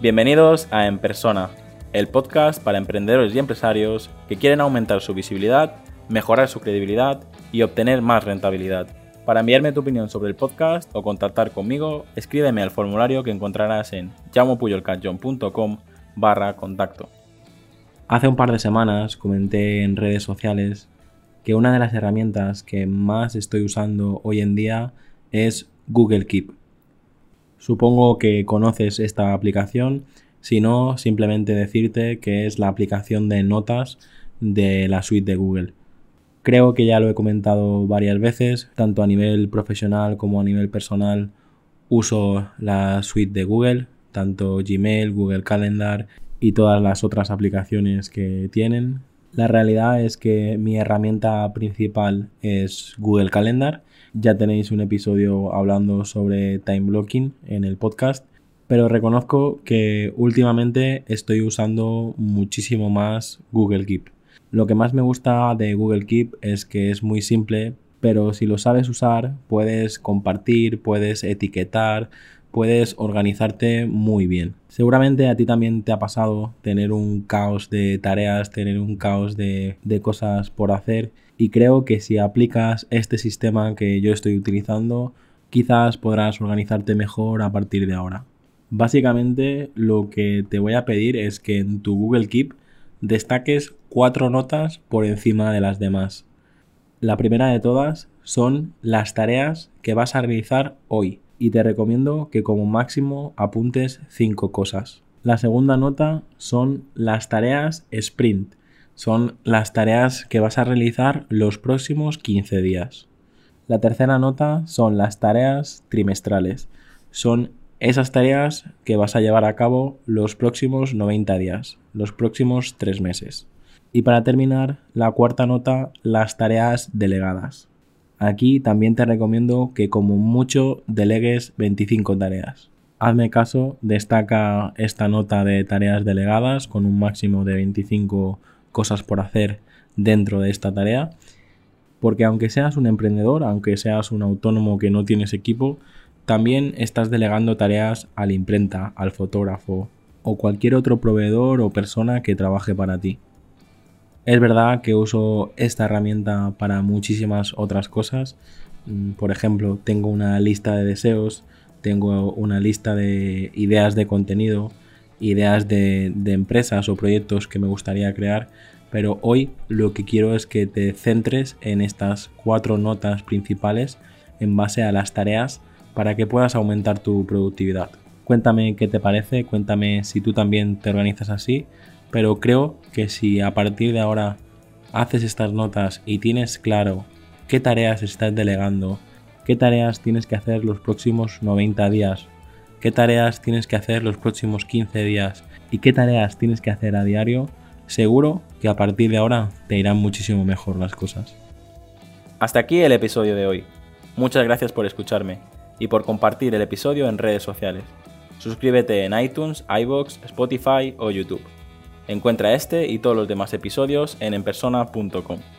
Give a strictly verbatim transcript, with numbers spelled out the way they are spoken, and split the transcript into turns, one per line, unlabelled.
Bienvenidos a En Persona, el podcast para emprendedores y empresarios que quieren aumentar su visibilidad, mejorar su credibilidad y obtener más rentabilidad. Para enviarme tu opinión sobre el podcast o contactar conmigo, escríbeme al formulario que encontrarás en jaumopuyolcanchon.com barra contacto. Hace un par de semanas comenté en redes sociales que una de las herramientas que más estoy usando hoy en día es Google Keep. Supongo que conoces esta aplicación, si no, simplemente decirte que es la aplicación de notas de la suite de Google. Creo que ya lo he comentado varias veces, tanto a nivel profesional como a nivel personal uso la suite de Google, tanto Gmail, Google Calendar y todas las otras aplicaciones que tienen. La realidad es que mi herramienta principal es Google Calendar. Ya tenéis un episodio hablando sobre time blocking en el podcast, pero reconozco que últimamente estoy usando muchísimo más Google Keep. Lo que más me gusta de Google Keep es que es muy simple, pero si lo sabes usar, puedes compartir, puedes etiquetar, puedes organizarte muy bien. Seguramente a ti también te ha pasado tener un caos de tareas, tener un caos de, de cosas por hacer, y creo que si aplicas este sistema que yo estoy utilizando, quizás podrás organizarte mejor a partir de ahora. Básicamente lo que te voy a pedir es que en tu Google Keep destaques cuatro notas por encima de las demás. La primera de todas son las tareas que vas a realizar hoy y te recomiendo que como máximo apuntes cinco cosas. La segunda nota son las tareas sprint. Son las tareas que vas a realizar los próximos quince días. La tercera nota son las tareas trimestrales. Son esas tareas que vas a llevar a cabo los próximos noventa días, los próximos tres meses. Y para terminar, la cuarta nota, las tareas delegadas. Aquí también te recomiendo que como mucho delegues veinticinco tareas. Hazme caso, destaca esta nota de tareas delegadas con un máximo de veinticinco cosas por hacer dentro de esta tarea, porque aunque seas un emprendedor, aunque seas un autónomo que no tienes equipo, también estás delegando tareas a la imprenta, al fotógrafo o cualquier otro proveedor o persona que trabaje para ti. Es verdad que uso esta herramienta para muchísimas otras cosas. Por ejemplo, tengo una lista de deseos, tengo una lista de ideas de contenido, ideas de, de empresas o proyectos que me gustaría crear, pero hoy lo que quiero es que te centres en estas cuatro notas principales en base a las tareas para que puedas aumentar tu productividad. Cuéntame qué te parece, cuéntame si tú también te organizas así, pero creo que si a partir de ahora haces estas notas y tienes claro qué tareas estás delegando, qué tareas tienes que hacer los próximos noventa días, qué tareas tienes que hacer los próximos quince días y qué tareas tienes que hacer a diario, seguro que a partir de ahora te irán muchísimo mejor las cosas. Hasta aquí el episodio de hoy. Muchas gracias por escucharme y por compartir el episodio en redes sociales. Suscríbete en iTunes, iVoox, Spotify o YouTube. Encuentra este y todos los demás episodios en enpersona punto com.